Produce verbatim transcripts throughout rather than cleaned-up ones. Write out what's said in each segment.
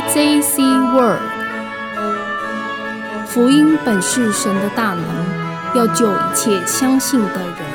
J C Word。 福音本是神的大能，要救一切相信的人。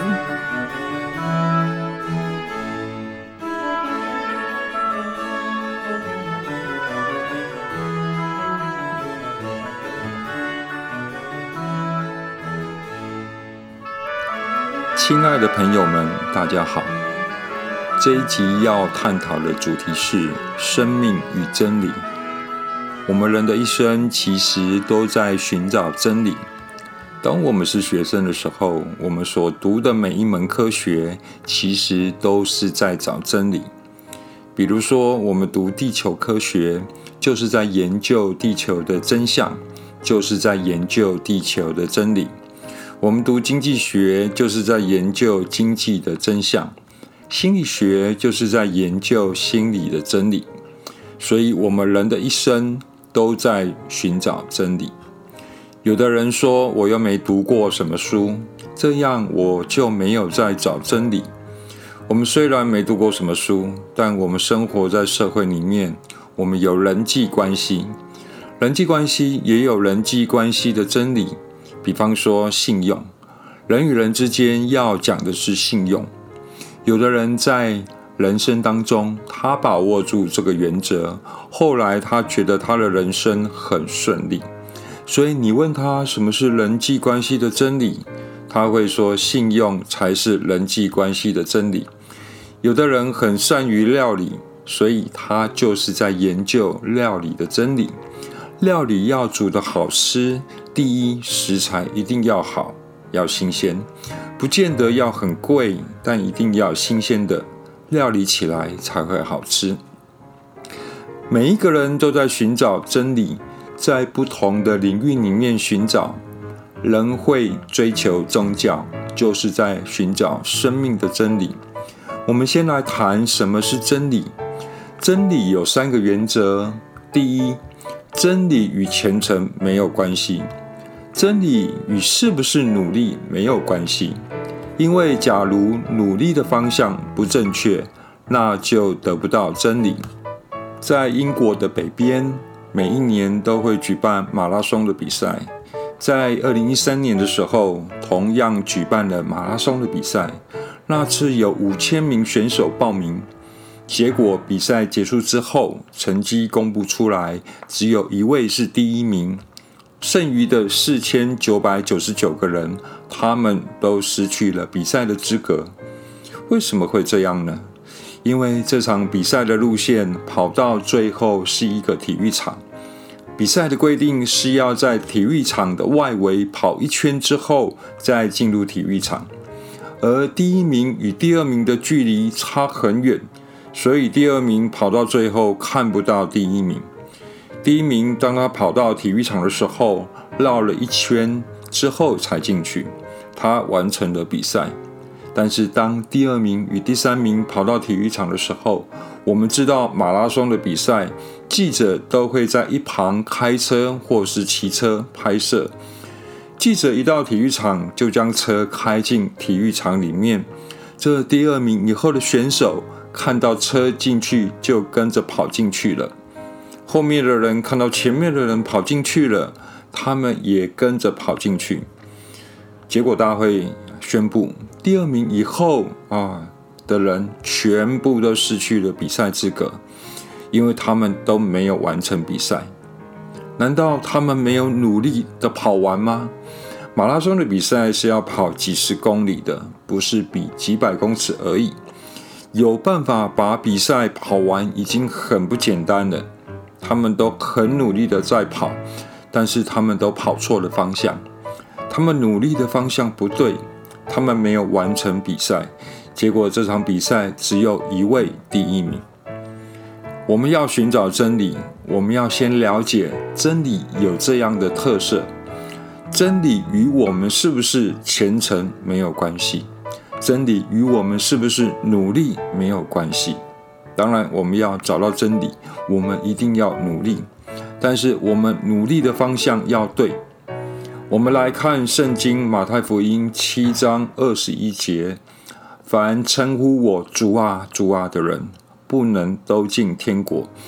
亲爱的朋友们，大家好。这一集要探讨的主题是生命与真理。我们人的一生其实都在寻找真理。当我们是学生的时候，我们所读的每一门科学其实都是在找真理。比如说，我们读地球科学，就是在研究地球的真相，就是在研究地球的真理。我们读经济学，就是在研究经济的真相；心理学就是在研究心理的真理。所以，我们人的一生都在寻找真理。有的人说，我又没读过什么书，这样我就没有在找真理。我们虽然没读过什么书，但我们生活在社会里面，我们有人际关系，人际关系也有人际关系的真理。比方说信用，人与人之间要讲的是信用。有的人在人生当中，他把握住这个原则，后来他觉得他的人生很顺利。所以你问他什么是人际关系的真理，他会说信用才是人际关系的真理。有的人很善于料理，所以他就是在研究料理的真理。料理要煮得好吃，第一，食材一定要好，要新鲜，不见得要很贵，但一定要新鲜的，料理起来才会好吃。每一个人都在寻找真理，在不同的领域里面寻找。人会追求宗教，就是在寻找生命的真理。我们先来谈什么是真理。真理有三个原则。第一，真理与虔诚没有关系，真理与是不是努力没有关系，因为假如努力的方向不正确，那就得不到真理。在英国的北边，每一年都会举办马拉松的比赛。在二零一三年的时候，同样举办了马拉松的比赛，那次有五千名选手报名。结果比赛结束之后，成绩公布出来，只有一位是第一名，剩余的四千九百九十九个人，他们都失去了比赛的资格。为什么会这样呢？因为这场比赛的路线跑到最后是一个体育场，比赛的规定是要在体育场的外围跑一圈之后再进入体育场，而第一名与第二名的距离差很远，所以第二名跑到最后看不到第一名。第一名当他跑到体育场的时候，绕了一圈之后才进去，他完成了比赛。但是当第二名与第三名跑到体育场的时候，我们知道马拉松的比赛，记者都会在一旁开车或是骑车拍摄。记者一到体育场就将车开进体育场里面，这第二名以后的选手看到车进去就跟着跑进去了，后面的人看到前面的人跑进去了，他们也跟着跑进去。结果大会宣布，第二名以后啊的人全部都失去了比赛资格，因为他们都没有完成比赛。难道他们没有努力的跑完吗？马拉松的比赛是要跑几十公里的，不是比几百公尺而已。有办法把比赛跑完已经很不简单了，他们都很努力的在跑，但是他们都跑错了方向，他们努力的方向不对，他们没有完成比赛，结果这场比赛只有一位第一名。我们要寻找真理，我们要先了解真理有这样的特色。真理与我们是不是虔诚没有关系，真理与我们是不是努力没有关系。当然我们要找到真理，我们一定要努力，但是我们努力的方向要对。我们来看圣经马太福音七章二十一节，凡称呼我主啊主啊的人，不能都进天国，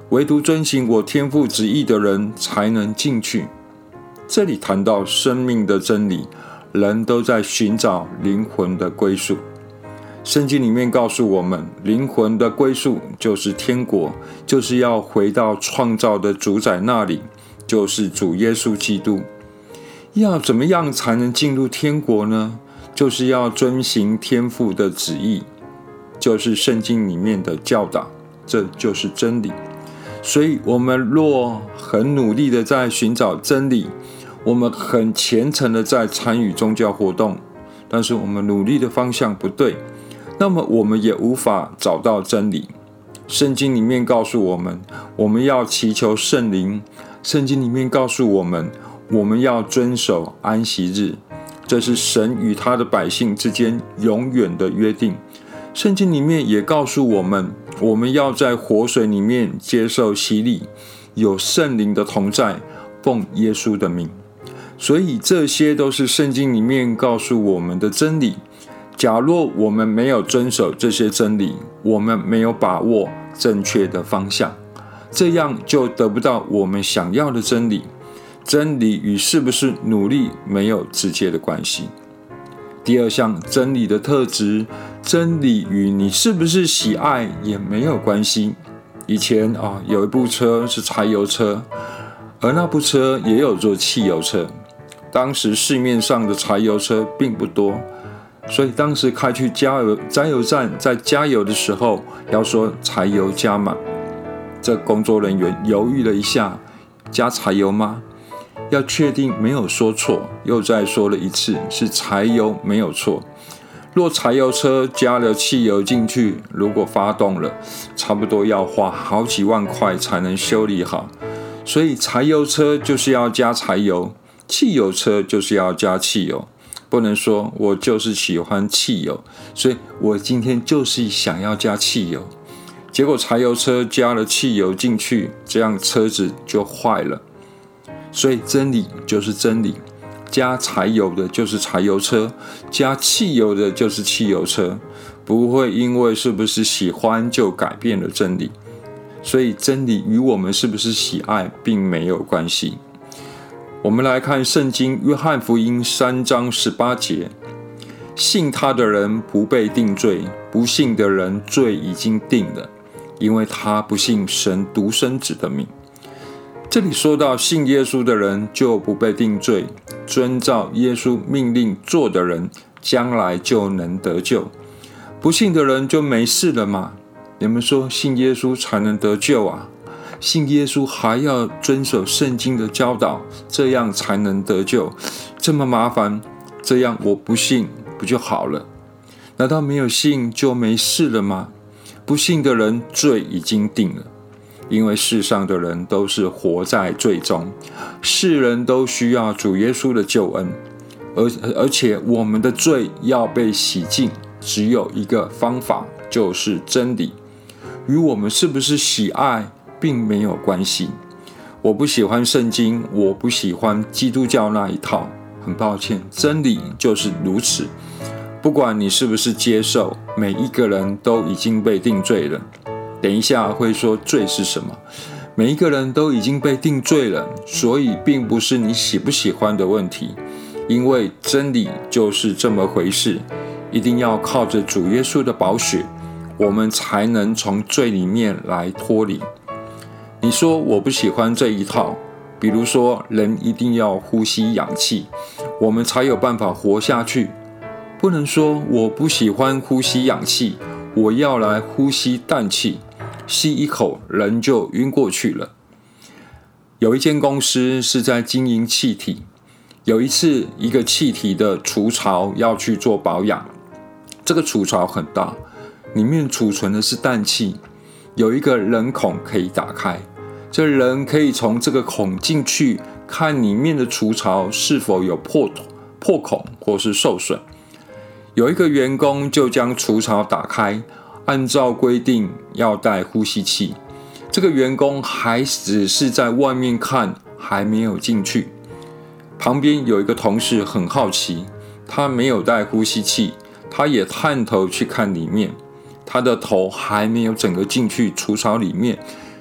唯独遵行我天父旨意的人才能进去。这里谈到生命的真理，人都在寻找灵魂的归宿。圣经里面告诉我们，灵魂的归宿就是天国，就是要回到创造的主宰那里，就是主耶稣基督。要怎么样才能进入天国呢？就是要遵行天父的旨意，就是圣经里面的教导，这就是真理。所以我们若很努力的在寻找真理，我们很虔诚的在参与宗教活动，但是我们努力的方向不对，那么我们也无法找到真理。圣经里面告诉我们，我们要祈求圣灵。圣经里面告诉我们，我们要遵守安息日，这是神与他的百姓之间永远的约定。圣经里面也告诉我们，我们要在活水里面接受洗礼，有圣灵的同在，奉耶稣的名。所以这些都是圣经里面告诉我们的真理。假若我们没有遵守这些真理，我们没有把握正确的方向，这样就得不到我们想要的真理。真理与是不是努力没有直接的关系。第二项，真理的特质，真理与你是不是喜爱也没有关系。以前啊，有一部车是柴油车，而那部车也有做汽油车。当时市面上的柴油车并不多，所以当时开去加油加油站，在加油的时候要说柴油加满。这工作人员犹豫了一下，加柴油吗？要确定没有说错，又再说了一次，是柴油没有错。若柴油车加了汽油进去，如果发动了，差不多要花好几万块才能修理好。所以柴油车就是要加柴油，汽油车就是要加汽油。不能说我就是喜欢汽油，所以我今天就是想要加汽油，结果柴油车加了汽油进去，这样车子就坏了。所以真理就是真理，加柴油的就是柴油车，加汽油的就是汽油车，不会因为是不是喜欢就改变了真理。所以真理与我们是不是喜爱并没有关系。我们来看圣经约翰福音三章十八节，信他的人不被定罪，不信的人罪已经定了，因为他不信神独生子的名。这里说到信耶稣的人就不被定罪，遵照耶稣命令做的人将来就能得救，不信的人就没事了吗？你们说信耶稣才能得救啊？信耶稣还要遵守圣经的教导，这样才能得救，这么麻烦，这样我不信不就好了？难道没有信就没事了吗？不信的人罪已经定了，因为世上的人都是活在罪中，世人都需要主耶稣的救恩， 而, 而且我们的罪要被洗净，只有一个方法，就是真理。与我们是不是喜爱并没有关系。我不喜欢圣经，我不喜欢基督教那一套，很抱歉，真理就是如此。不管你是不是接受，每一个人都已经被定罪了。等一下会说罪是什么，每一个人都已经被定罪了，所以并不是你喜不喜欢的问题，因为真理就是这么回事，一定要靠着主耶稣的宝血，我们才能从罪里面来脱离。你说我不喜欢这一套，比如说人一定要呼吸氧气，我们才有办法活下去，不能说我不喜欢呼吸氧气，我要来呼吸氮气，吸一口人就晕过去了。有一间公司是在经营气体，有一次一个气体的储槽要去做保养，这个储槽很大，里面储存的是氮气，有一个人孔可以打开，这人可以从这个孔进去，看里面的储槽是否有 破, 破孔或是受损。有一个员工就将储槽打开，按照规定要带呼吸器，这个员工还只是在外面看，还没有进去。旁边有一个同事很好奇，他没有带呼吸器，他也探头去看里面，他的头还没有整个进去储槽里面，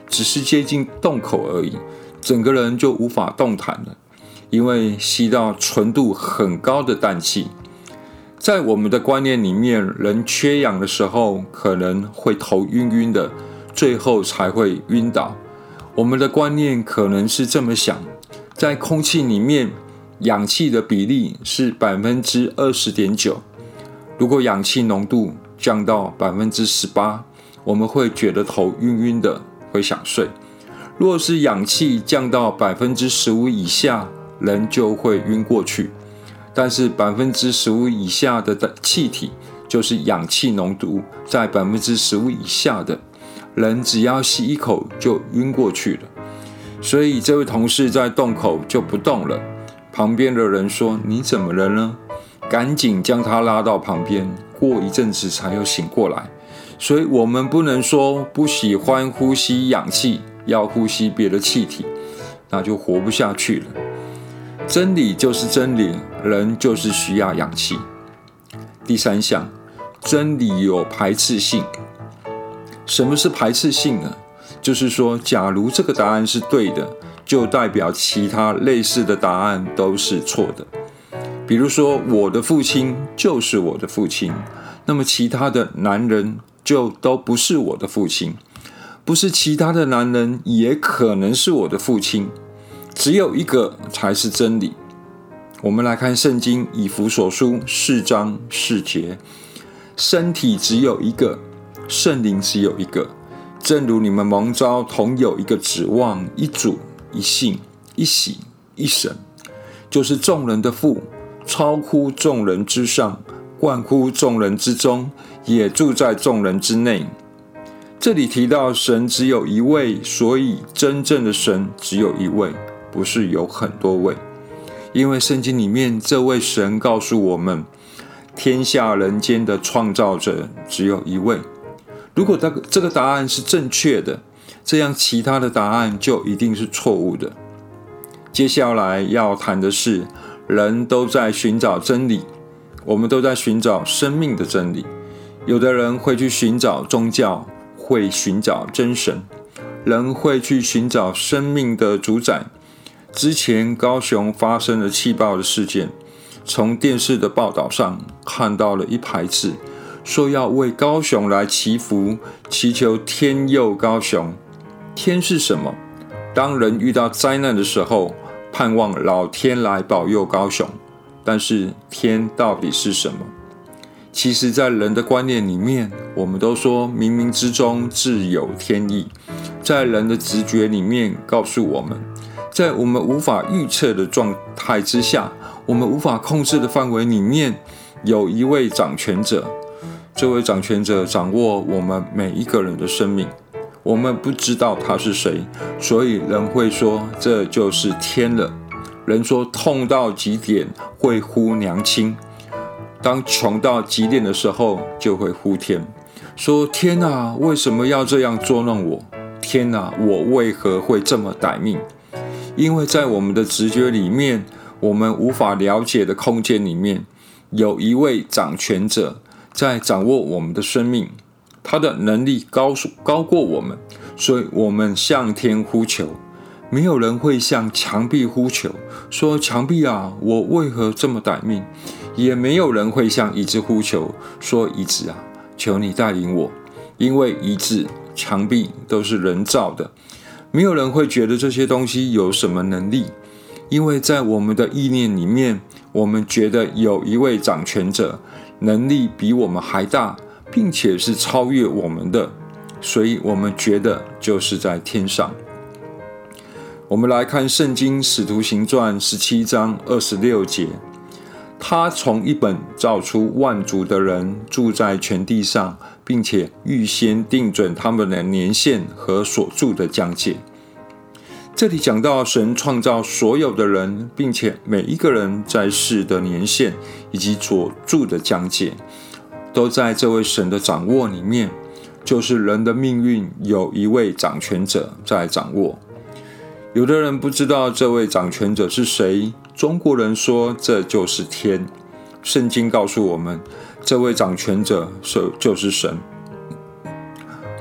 只是接近洞口而已，整个人就无法动弹了，因为吸到纯度很高的氮气。在我们的观念里面，人缺氧的时候可能会头晕晕的，最后才会晕倒。我们的观念可能是这么想，在空气里面氧气的比例是 百分之二十点九， 如果氧气浓度降到 百分之十八， 我们会觉得头晕晕的，会想睡。若是氧气降到 百分之十五 以下，人就会晕过去。但是 百分之十五 以下的气体，就是氧气浓度在 百分之十五 以下的人，只要吸一口就晕过去了。所以这位同事在洞口就不动了，旁边的人说：你怎么了呢？赶紧将他拉到旁边，过一阵子才又醒过来。所以我们不能说不喜欢呼吸氧气，要呼吸别的气体，那就活不下去了。真理就是真理，人就是需要氧气。第三项，真理有排斥性。什么是排斥性呢？就是说，假如这个答案是对的，就代表其他类似的答案都是错的。比如说，我的父亲就是我的父亲，那么其他的男人就都不是我的父亲，不是其他的男人也可能是我的父亲，只有一个才是真理。我们来看圣经以弗所书四章四节，身体只有一个，圣灵只有一个，正如你们蒙召同有一个指望，一主，一信，一洗，一神，就是众人的父，超乎众人之上，贯乎众人之中，也住在众人之内。这里提到神只有一位，所以真正的神只有一位，不是有很多位。因为圣经里面这位神告诉我们，天下人间的创造者只有一位。如果这个答案是正确的，这样其他的答案就一定是错误的。接下来要谈的是，人都在寻找真理，我们都在寻找生命的真理。有的人会去寻找宗教，会寻找真神，人会去寻找生命的主宰。之前高雄发生了气爆的事件，从电视的报道上看到了一排字，说要为高雄来祈福，祈求天佑高雄。天是什么？当人遇到灾难的时候，盼望老天来保佑高雄。但是天到底是什么？其实在人的观念里面，我们都说冥冥之中自有天意，在人的直觉里面告诉我们，在我们无法预测的状态之下，我们无法控制的范围里面，有一位掌权者。这位掌权者掌握我们每一个人的生命，我们不知道他是谁，所以人会说这就是天了。人说痛到极点会呼娘亲，当穷到极点的时候就会呼天，说天啊，为什么要这样捉弄我？天啊，我为何会这么歹命？因为在我们的直觉里面，我们无法了解的空间里面，有一位掌权者在掌握我们的生命，他的能力 高, 高过我们，所以我们向天呼求。没有人会向墙壁呼求，说墙壁啊，我为何这么歹命？也没有人会向椅子呼求，说椅子啊，求你带领我。因为椅子、墙壁都是人造的，没有人会觉得这些东西有什么能力。因为在我们的意念里面，我们觉得有一位掌权者，能力比我们还大，并且是超越我们的，所以我们觉得就是在天上。我们来看圣经使徒行传十七章二十六节，他从一本造出万族的人，住在全地上，并且预先定准他们的年限和所住的疆界。这里讲到神创造所有的人，并且每一个人在世的年限以及所住的疆界，都在这位神的掌握里面。就是人的命运有一位掌权者在掌握。有的人不知道这位掌权者是谁，中国人说这就是天。圣经告诉我们，这位掌权者就是神。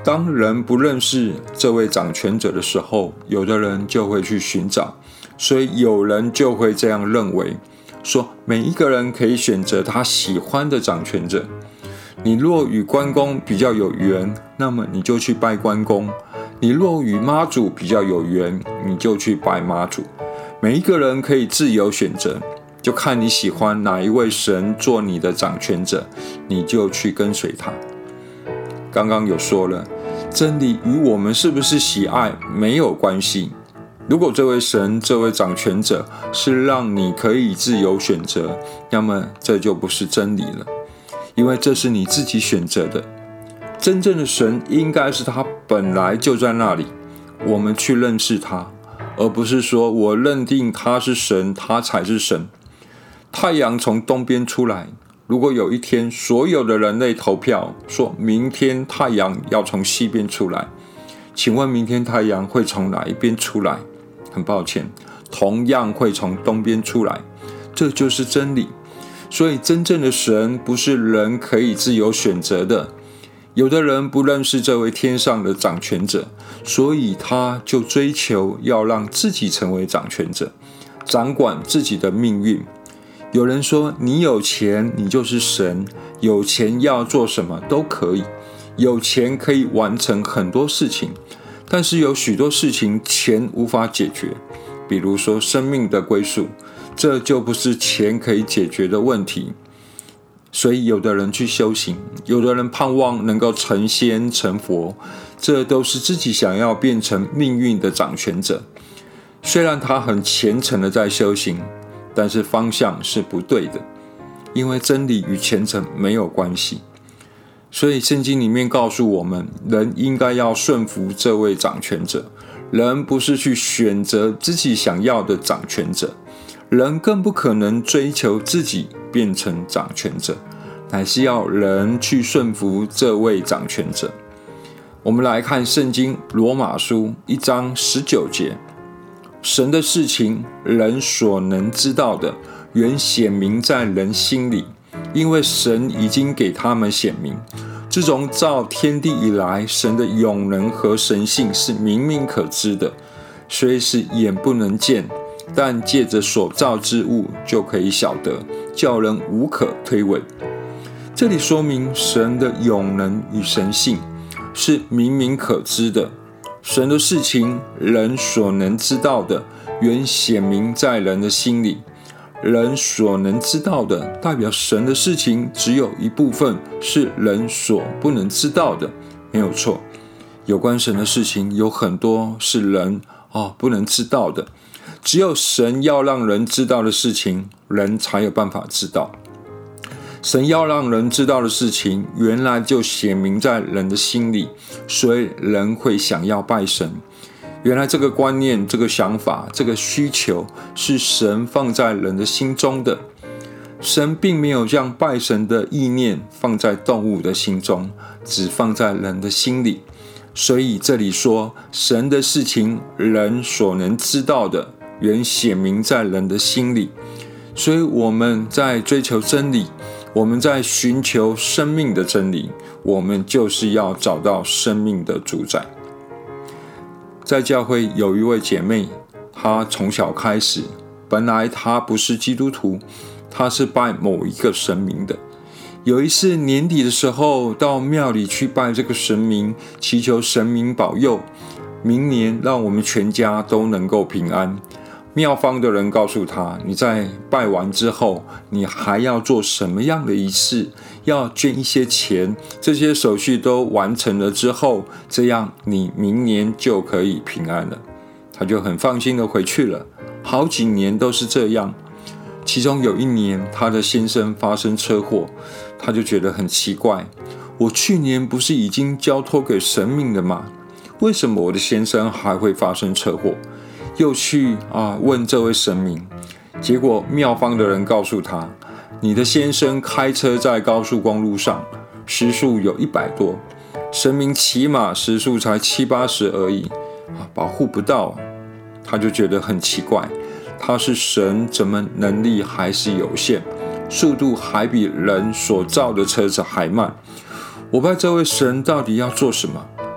当人不认识这位掌权者的时候，有的人就会去寻找，所以有人就会这样认为，说每一个人可以选择他喜欢的掌权者。你若与关公比较有缘，那么你就去拜关公；你若与妈祖比较有缘，你就去拜妈祖。每一个人可以自由选择，就看你喜欢哪一位神做你的掌权者，你就去跟随他。刚刚有说了，真理与我们是不是喜爱没有关系。如果这位神、这位掌权者是让你可以自由选择，那么这就不是真理了，因为这是你自己选择的。真正的神应该是他本来就在那里，我们去认识他，而不是说我认定他是神，他才是神。太阳从东边出来，如果有一天所有的人类投票说明天太阳要从西边出来，请问明天太阳会从哪一边出来？很抱歉，同样会从东边出来，这就是真理。所以真正的神不是人可以自由选择的。有的人不认识这位天上的掌权者，所以他就追求要让自己成为掌权者，掌管自己的命运。有人说，你有钱你就是神，有钱要做什么都可以，有钱可以完成很多事情，但是有许多事情钱无法解决，比如说生命的归宿，这就不是钱可以解决的问题。所以有的人去修行，有的人盼望能够成仙成佛，这都是自己想要变成命运的掌权者。虽然他很虔诚的在修行，但是方向是不对的，因为真理与虔诚没有关系。所以圣经里面告诉我们，人应该要顺服这位掌权者，人不是去选择自己想要的掌权者，人更不可能追求自己变成掌权者，乃是要人去顺服这位掌权者。我们来看圣经罗马书一章十九节，神的事情，人所能知道的，原显明在人心里，因为神已经给他们显明。自从造天地以来，神的永能和神性是明明可知的，虽是眼不能见，但借着所造之物就可以晓得，叫人无可推诿。这里说明神的永能与神性是明明可知的，神的事情，人所能知道的，原显明在人的心里。人所能知道的，代表神的事情只有一部分是人所不能知道的，没有错。有关神的事情有很多是人、哦、不能知道的，只有神要让人知道的事情，人才有办法知道。神要让人知道的事情，原来就显明在人的心里，所以人会想要拜神。原来这个观念、这个想法、这个需求是神放在人的心中的。神并没有将拜神的意念放在动物的心中，只放在人的心里。所以这里说，神的事情，人所能知道的，原显明在人的心里。所以我们在追求真理，我们在寻求生命的真理，我们就是要找到生命的主宰。在教会有一位姐妹，她从小开始，本来她不是基督徒，她是拜某一个神明的。有一次年底的时候，到庙里去拜这个神明，祈求神明保佑，明年让我们全家都能够平安。庙方的人告诉她，你在拜完之后，你还要做什么样的仪式，要捐一些钱，这些手续都完成了之后，这样你明年就可以平安了。她就很放心的回去了。好几年都是这样，其中有一年她的先生发生车祸，她就觉得很奇怪，我去年不是已经交托给神明了吗？为什么我的先生还会发生车祸？又去啊问这位神明，结果庙方的人告诉他，你的先生开车在高速公路上，时速有一百多，神明骑马时速才七八十而已，啊，保护不到。他就觉得很奇怪，他是神，怎么能力还是有限，速度还比人所造的车子还慢？我拜这位神到底要做什么？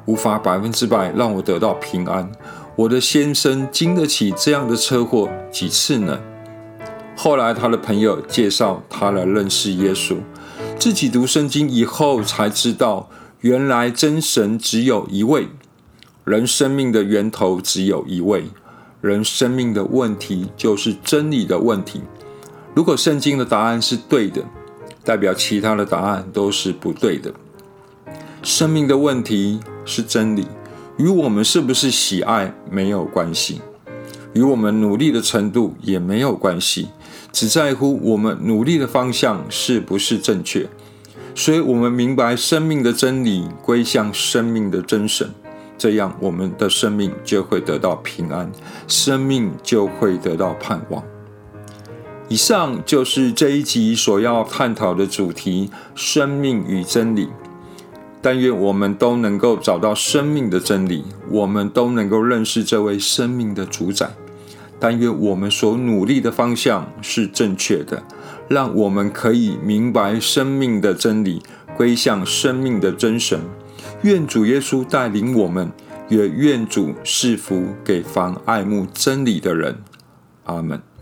无法百分之百让我得到平安。我的先生经得起这样的车祸几次呢？后来他的朋友介绍他来认识耶稣，自己读圣经以后才知道，原来真神只有一位，人生命的源头只有一位，人生命的问题就是真理的问题。如果圣经的答案是对的，代表其他的答案都是不对的。生命的问题是真理，与我们是不是喜爱没有关系，与我们努力的程度也没有关系，只在乎我们努力的方向是不是正确。所以我们明白生命的真理，归向生命的真神，这样我们的生命就会得到平安，生命就会得到盼望。以上就是这一集所要探讨的主题，生命与真理。但愿我们都能够找到生命的真理，我们都能够认识这位生命的主宰。但愿我们所努力的方向是正确的，让我们可以明白生命的真理，归向生命的真神。愿主耶稣带领我们，也愿主赐福给凡爱慕真理的人。阿们。